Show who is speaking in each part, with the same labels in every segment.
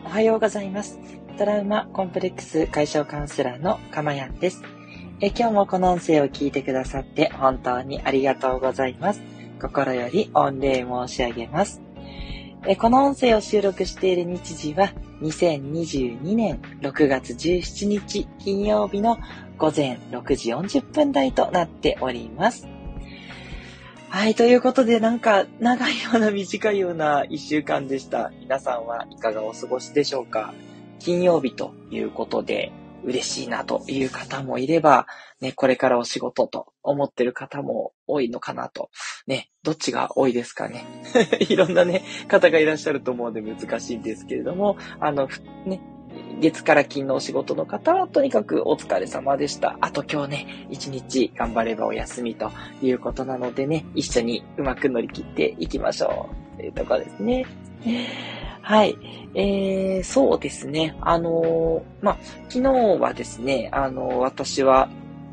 Speaker 1: はようございます。トラウマコンプレックス解消カウンセラーのかまやんです。今日もこの音声を聞いてくださって本当にありがとうございます。心より御礼申し上げます。この音声を収録している日時は2022年6月17日金曜日の午前6時40分台となっております。はい、ということで長いような短いような1週間でした。皆さんはいかがお過ごしでしょうか？金曜日ということで嬉しいなという方もいれば、ね、これからお仕事と思ってる方も多いのかなと。ね、どっちが多いですかね。いろんなね、方がいらっしゃると思うので難しいんですけれども、月から金のお仕事の方はとにかくお疲れ様でした。あと今日ね、一日頑張ればお休みということなのでね、一緒にうまく乗り切っていきましょうというところですね。はい。そうですね。昨日はですね、私は、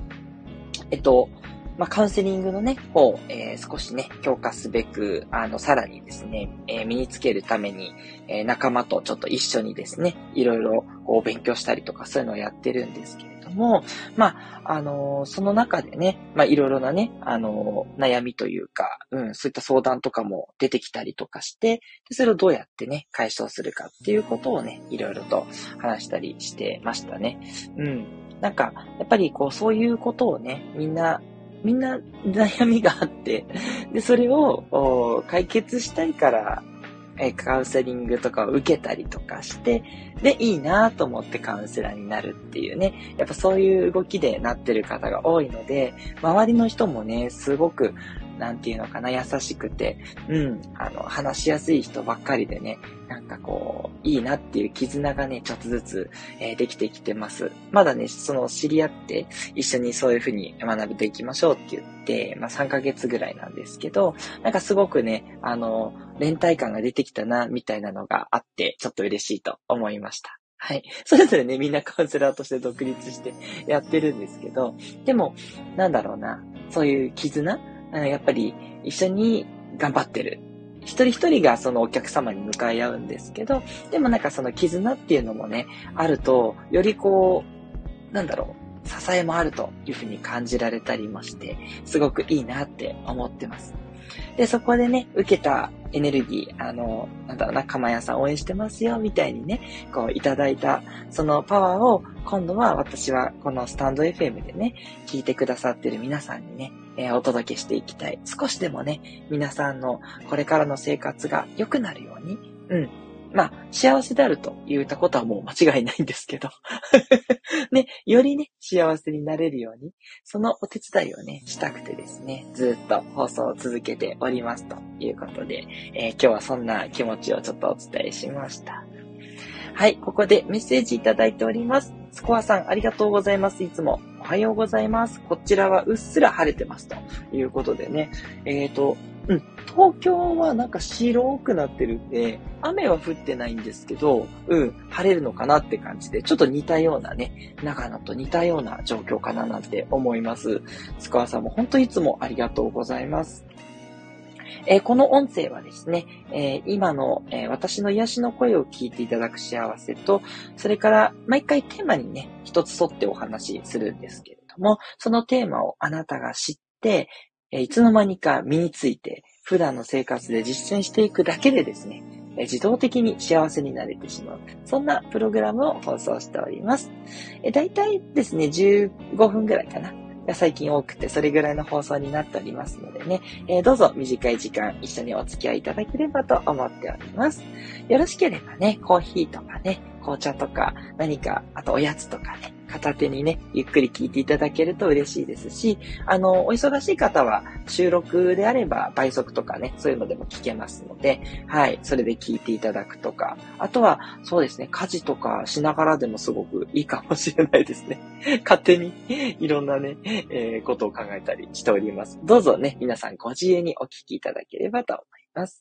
Speaker 1: カウンセリングのね、方、少しね、強化すべく、さらにですね、身につけるために、仲間とちょっと一緒にですね、いろいろこう勉強したりとかそういうのをやってるんですけれども、その中でね、いろいろなね、悩みというか、そういった相談とかも出てきたりとかして、でそれをどうやってね、解消するかっていうことをね、いろいろと話したりしてましたね。やっぱりこう、そういうことをね、みんな悩みがあって、で、それを解決したいから、カウンセリングとかを受けたりとかして、で、いいなと思ってカウンセラーになるっていうね、やっぱそういう動きでなってる方が多いので、周りの人もね、すごく、優しくて、話しやすい人ばっかりでね、いいなっていう絆がね、ちょっとずつ、できてきてます。まだね、知り合って、一緒にそういうふうに学んでいきましょうって言って、3ヶ月ぐらいなんですけど、すごくね、連帯感が出てきたな、みたいなのがあって、ちょっと嬉しいと思いました。はい。それぞれね、みんなカウンセラーとして独立してやってるんですけど、でも、そういう絆やっぱり一緒に頑張ってる。一人一人がそのお客様に向かい合うんですけど、でもその絆っていうのもね、あると、より支えもあるというふうに感じられたりもして、すごくいいなって思ってます。で、そこでね、受けたエネルギー、かまやさん応援してますよ、みたいにね、こういただいた、そのパワーを、今度は私はこのスタンド FM でね、聞いてくださってる皆さんにね、お届けしていきたい。少しでもね、皆さんのこれからの生活が良くなるように、幸せであると言ったことはもう間違いないんですけど、ね、よりね、幸せになれるように、そのお手伝いをね、したくてですね、ずっと放送を続けておりますということで、今日はそんな気持ちをちょっとお伝えしました。はい、ここでメッセージいただいております。スコアさん、ありがとうございます。いつもおはようございます。こちらはうっすら晴れてますということでね、東京は白くなってるんで、雨は降ってないんですけど、晴れるのかなって感じで、ちょっと似たようなね、長野と似たような状況かななんて思います。スコアさんも本当いつもありがとうございます。この音声はですね、今の、私の癒しの声を聞いていただく幸せと、それから毎回テーマにね、一つ沿ってお話しするんですけれども、そのテーマをあなたが知って、いつの間にか身について、普段の生活で実践していくだけでですね、自動的に幸せになれてしまう。そんなプログラムを放送しております。だいたいですね、15分ぐらいかな。が最近多くて、それぐらいの放送になっておりますのでね、どうぞ短い時間一緒にお付き合いいただければと思っております。よろしければね、コーヒーとかね、紅茶とか何か、あとおやつとかね、片手にね、ゆっくり聞いていただけると嬉しいですし、お忙しい方は収録であれば倍速とかね、そういうのでも聞けますので、はい、それで聞いていただくとか、あとは、そうですね、家事とかしながらでもすごくいいかもしれないですね。勝手にいろんなね、ことを考えたりしております。どうぞね、皆さんご自由にお聞きいただければと思います。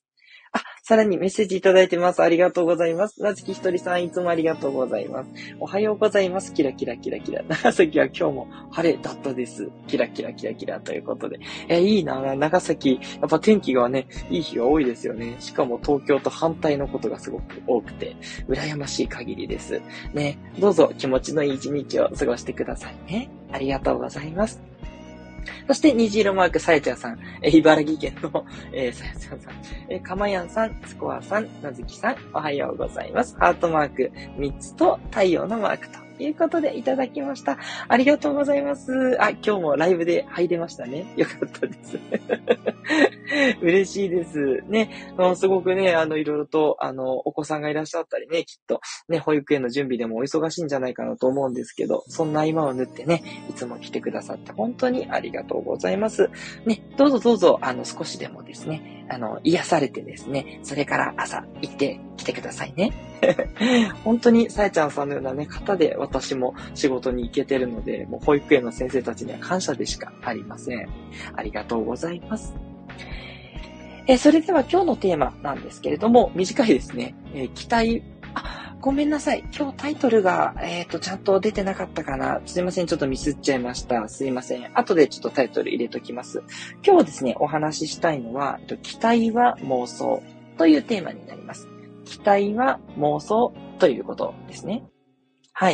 Speaker 1: さらにメッセージいただいてます。ありがとうございます。なずきひとりさん、いつもありがとうございます。おはようございます。キラキラキラキラ。長崎は今日も晴れだったです。キラキラキラキラということで。いいな。長崎、やっぱ天気がね、いい日が多いですよね。しかも東京と反対のことがすごく多くて、羨ましい限りです。ね、どうぞ気持ちのいい一日を過ごしてくださいね。ありがとうございます。そして、虹色マーク、さやちゃんさん、茨城県の、さやちゃんさん、かまやんさん、スコアさん、なずきさん、おはようございます。ハートマーク3つと太陽のマークということでいただきました。ありがとうございます。今日もライブで入れましたね。よかったです。嬉しいです。ね、すごくね、いろいろと、お子さんがいらっしゃったりね、きっと、ね、保育園の準備でもお忙しいんじゃないかなと思うんですけど、そんな今を縫ってね、いつも来てくださって本当にありがとうございます。ね、どうぞどうぞ、少しでもですね、癒されてですね、それから朝行ってきてくださいね。本当にさやちゃんさんのようなね、方で私も仕事に行けてるので、もう保育園の先生たちには感謝でしかありません。ありがとうございます。それでは今日のテーマなんですけれども、短いですね。期待、ごめんなさい。今日タイトルが、ちゃんと出てなかったかな。すいません。ちょっとミスっちゃいました。すいません。後でちょっとタイトル入れときます。今日ですね、お話ししたいのは、期待は妄想というテーマになります。期待は妄想ということですね。はい。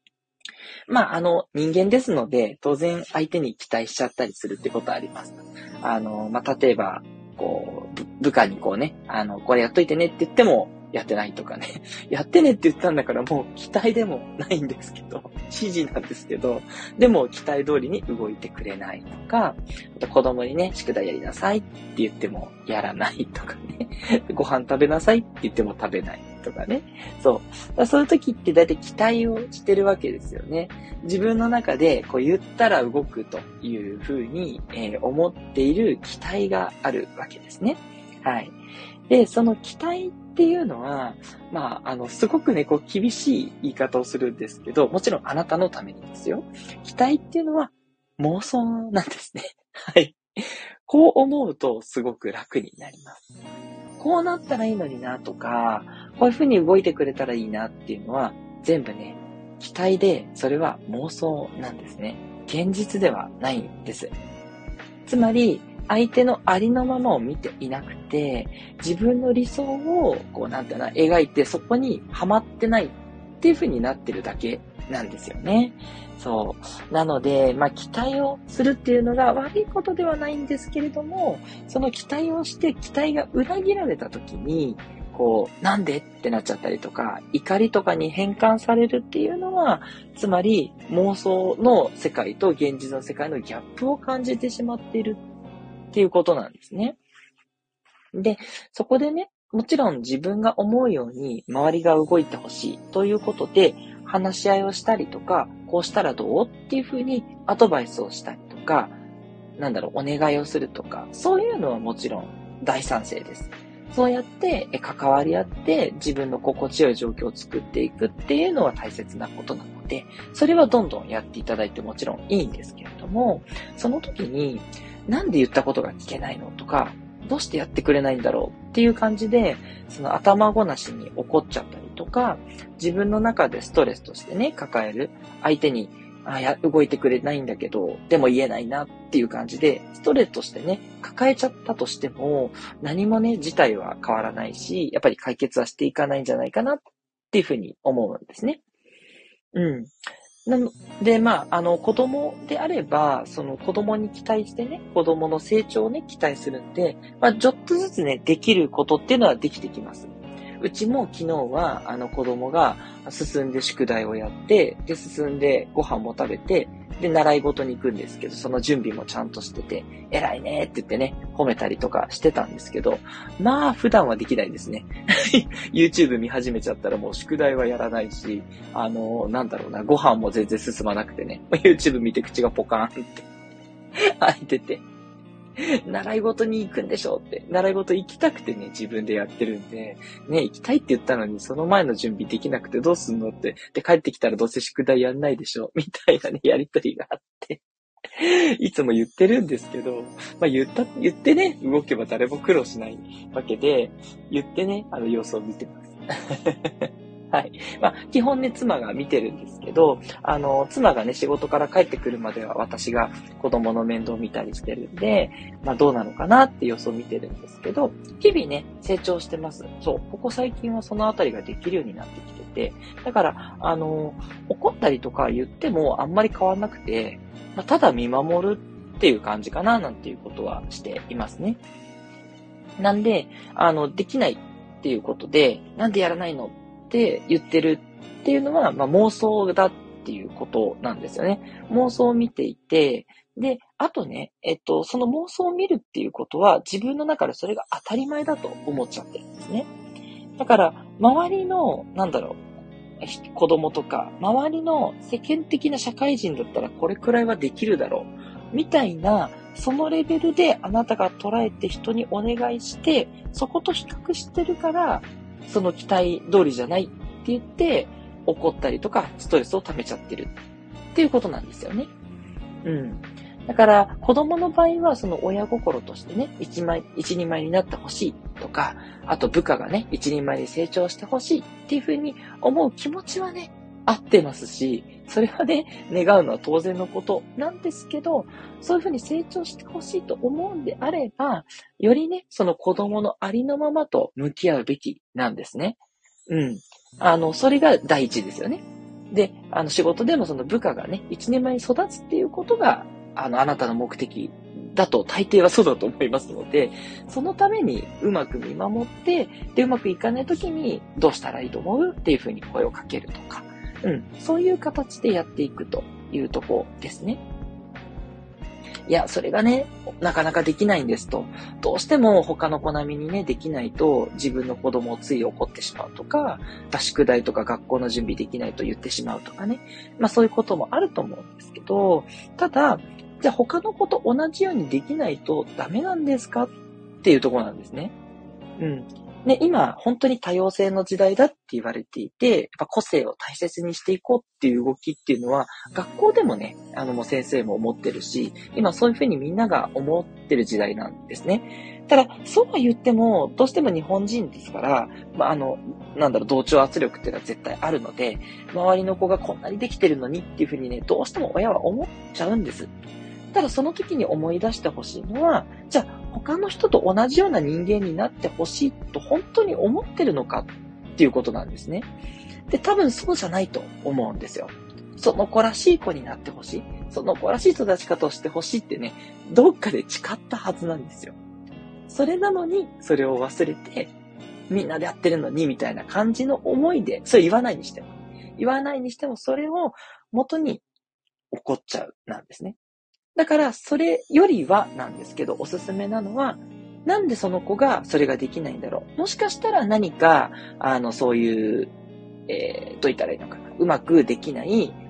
Speaker 1: 人間ですので、当然相手に期待しちゃったりするってことはあります。例えば、部下にこれやっといてねって言っても、やってないとかね。やってねって言ったんだからもう期待でもないんですけど、指示なんですけど、でも期待通りに動いてくれないとか、あと子供にね、宿題やりなさいって言ってもやらないとかね。ご飯食べなさいって言っても食べないとかね。そういう時ってだいたい期待をしてるわけですよね。自分の中で言ったら動くというふうに、思っている期待があるわけですね。はい。で、その期待っていうのは、すごくね、厳しい言い方をするんですけど、もちろんあなたのためにですよ。期待っていうのは妄想なんですね。はい。こう思うとすごく楽になります。こうなったらいいのになとか、こういうふうに動いてくれたらいいなっていうのは、全部ね、期待で、それは妄想なんですね。現実ではないんです。つまり、相手のありのままを見ていなくて、自分の理想を、描いてそこにはまってないっていう風になってるだけなんですよね。そう。なので、期待をするっていうのが悪いことではないんですけれども、その期待をして期待が裏切られた時に、なんでってなっちゃったりとか、怒りとかに変換されるっていうのは、つまり妄想の世界と現実の世界のギャップを感じてしまっているっていうことなんですね。で、そこでね、もちろん自分が思うように周りが動いてほしいということで、話し合いをしたりとか、こうしたらどうっていうふうにアドバイスをしたりとか、お願いをするとか、そういうのはもちろん大賛成です。そうやって関わり合って自分の心地よい状況を作っていくっていうのは大切なことなので、それはどんどんやっていただいてもちろんいいんですけれども、その時になんで言ったことが聞けないのとか、どうしてやってくれないんだろうっていう感じで、その頭ごなしに怒っちゃったりとか、自分の中でストレスとしてね、抱える相手に動いてくれないんだけど、でも言えないなっていう感じで、ストレスとしてね、抱えちゃったとしても、何もね、事態は変わらないし、やっぱり解決はしていかないんじゃないかなっていうふうに思うんですね。うん。なので、子供であれば、その子供に期待してね、子供の成長をね、期待するんで、ちょっとずつね、できることっていうのはできてきます。うちも昨日は、子供が進んで宿題をやって、で、進んでご飯も食べて、で、習い事に行くんですけど、その準備もちゃんとしてて、偉いねって言ってね、褒めたりとかしてたんですけど、普段はできないですね。YouTube 見始めちゃったらもう宿題はやらないし、ご飯も全然進まなくてね、YouTube 見て口がポカーンって開いてて、習い事に行くんでしょって。習い事行きたくてね、自分でやってるんで、ね、行きたいって言ったのに、その前の準備できなくてどうすんのって。で、帰ってきたらどうせ宿題やんないでしょみたいなね、やりとりがあって。 いつも言ってるんですけど、言ってね、動けば誰も苦労しないわけで、言ってね、様子を見てます。はい。基本ね、妻が見てるんですけど、妻がね、仕事から帰ってくるまでは私が子供の面倒を見たりしてるんで、どうなのかなって様子を見てるんですけど、日々ね、成長してます。そう。ここ最近はそのあたりができるようになってきてて、だから、怒ったりとか言ってもあんまり変わんなくて、ただ見守るっていう感じかな、なんていうことはしていますね。なんで、できないっていうことで、なんでやらないのって言ってるっていうのは、妄想だっていうことなんですよね。妄想を見ていて、で、あとね、その妄想を見るっていうことは、自分の中でそれが当たり前だと思っちゃってるんですね。だから、周りの、子供とか、周りの世間的な社会人だったらこれくらいはできるだろう。みたいな、そのレベルであなたが捉えて人にお願いして、そこと比較してるから、その期待通りじゃないって言って、怒ったりとか、ストレスを溜めちゃってるっていうことなんですよね。うん。だから、子供の場合は、その親心としてね、一人前になってほしいとか、あと部下がね、一人前に成長してほしいっていうふうに思う気持ちはね、合ってますし、それはね、願うのは当然のことなんですけど、そういうふうに成長してほしいと思うんであれば、よりね、その子供のありのままと向き合うべきなんですね。うん。それが第一ですよね。で、仕事でもその部下がね、一人前に育つっていうことが、あなたの目的だと大抵はそうだと思いますので、そのためにうまく見守って、で、うまくいかないときにどうしたらいいと思うっていうふうに声をかけるとか、そういう形でやっていくというとこですね。いや、それがね、なかなかできないんですと。どうしても他の子並みにね、できないと自分の子供をつい怒ってしまうとか、宿題とか学校の準備できないと言ってしまうとかね。そういうこともあると思うんですけど、ただ、じゃあ他の子と同じようにできないとダメなんですかっていうところなんですね。うん。で、今、本当に多様性の時代だって言われていて、やっぱ個性を大切にしていこうっていう動きっていうのは、学校でもね、もう先生も思ってるし、今そういうふうにみんなが思ってる時代なんですね。ただ、そうは言っても、どうしても日本人ですから、同調圧力っていうのは絶対あるので、周りの子がこんなにできてるのにっていうふうにね、どうしても親は思っちゃうんです。ただその時に思い出してほしいのは、じゃあ他の人と同じような人間になってほしいと本当に思ってるのかっていうことなんですね。で、多分そうじゃないと思うんですよ。その子らしい子になってほしい。その子らしい育ち方をしてほしいってね、どっかで誓ったはずなんですよ。それなのに、それを忘れて、みんなでやってるのに、みたいな感じの思いで、それ言わないにしても。言わないにしても、それを元に怒っちゃうなんですね。だから、それよりはなんですけど、おすすめなのは、なんでその子がそれができないんだろう。もしかしたら何か、そういう、どう言ったらいいのかな。うまくできない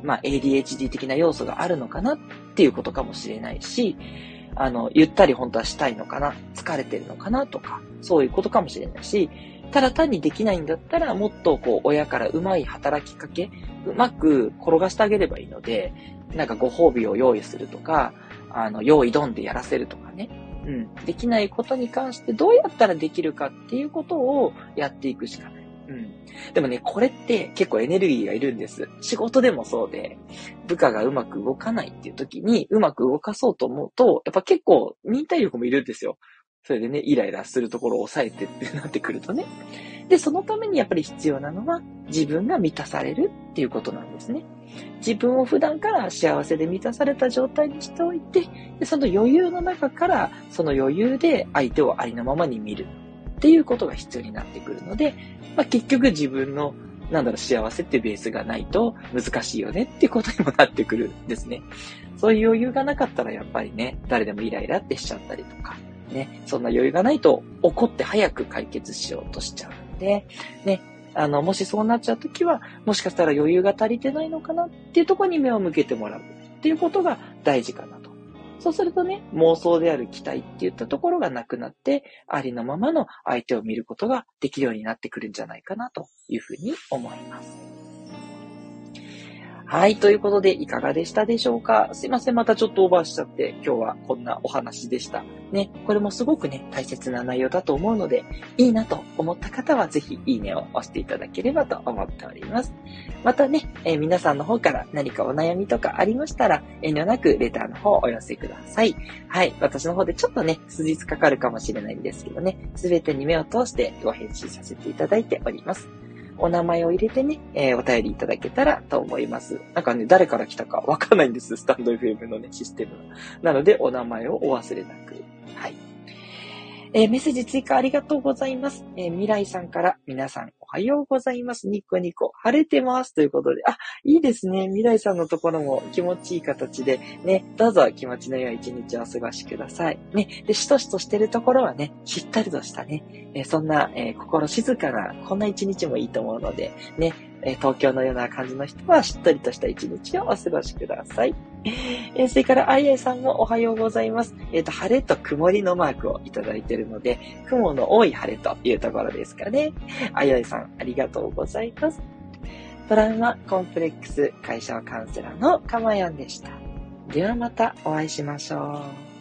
Speaker 1: 、ADHD 的な要素があるのかなっていうことかもしれないし、ゆったり本当はしたいのかな、疲れてるのかなとか、そういうことかもしれないし、ただ単にできないんだったら、もっと親からうまい働きかけ、うまく転がしてあげればいいので、ご褒美を用意するとか、用意ドンでやらせるとかね。できないことに関してどうやったらできるかっていうことをやっていくしかない。でもね、これって結構エネルギーがいるんです。仕事でもそうで、部下がうまく動かないっていう時にうまく動かそうと思うと、やっぱ結構忍耐力もいるんですよ。それでね、イライラするところを抑えてってなってくるとね。で、そのためにやっぱり必要なのは自分が満たされるっていうことなんですね。自分を普段から幸せで満たされた状態にしておいて、でその余裕の中からその余裕で相手をありのままに見るっていうことが必要になってくるので、結局自分の幸せってベースがないと難しいよねっていうことにもなってくるんですね。そういう余裕がなかったらやっぱりね、誰でもイライラってしちゃったりとか、ね、そんな余裕がないと怒って早く解決しようとしちゃうんで、ね、もしそうなっちゃうときは、もしかしたら余裕が足りてないのかなっていうところに目を向けてもらうっていうことが大事かなと。そうするとね、妄想である期待っていったところがなくなって、ありのままの相手を見ることができるようになってくるんじゃないかなというふうに思います。 はい。ということで、いかがでしたでしょうか？すいません。またちょっとオーバーしちゃって、今日はこんなお話でした。ね。これもすごくね、大切な内容だと思うので、いいなと思った方は、ぜひ、いいねを押していただければと思っております。またね、皆さんの方から何かお悩みとかありましたら、遠慮なくレターの方をお寄せください。はい。私の方でちょっとね、数日かかるかもしれないんですけどね、すべてに目を通してご返信させていただいております。お名前を入れてね、お便りいただけたらと思います。なんかね、誰から来たかわかんないんです。スタンド FM のね、システムなので、お名前をお忘れなく。はい。メッセージ追加ありがとうございます。未来さんから皆さんおはようございます。ニコニコ晴れてますということで、いいですね。未来さんのところも気持ちいい形でね、どうぞ気持ちの良い一日をお過ごしください。ね、で、しとしとしてるところはね、しっとりとしたね、そんな、心静かなこんな一日もいいと思うので、ね、東京のような感じの人はしっとりとした一日をお過ごしください。それから、あいあいさんもおはようございます。晴れと曇りのマークをいただいているので、雲の多い晴れというところですかね。あいあいさん、ありがとうございます。トラウマコンプレックス解消カウンセラーのかまやんでした。ではまたお会いしましょう。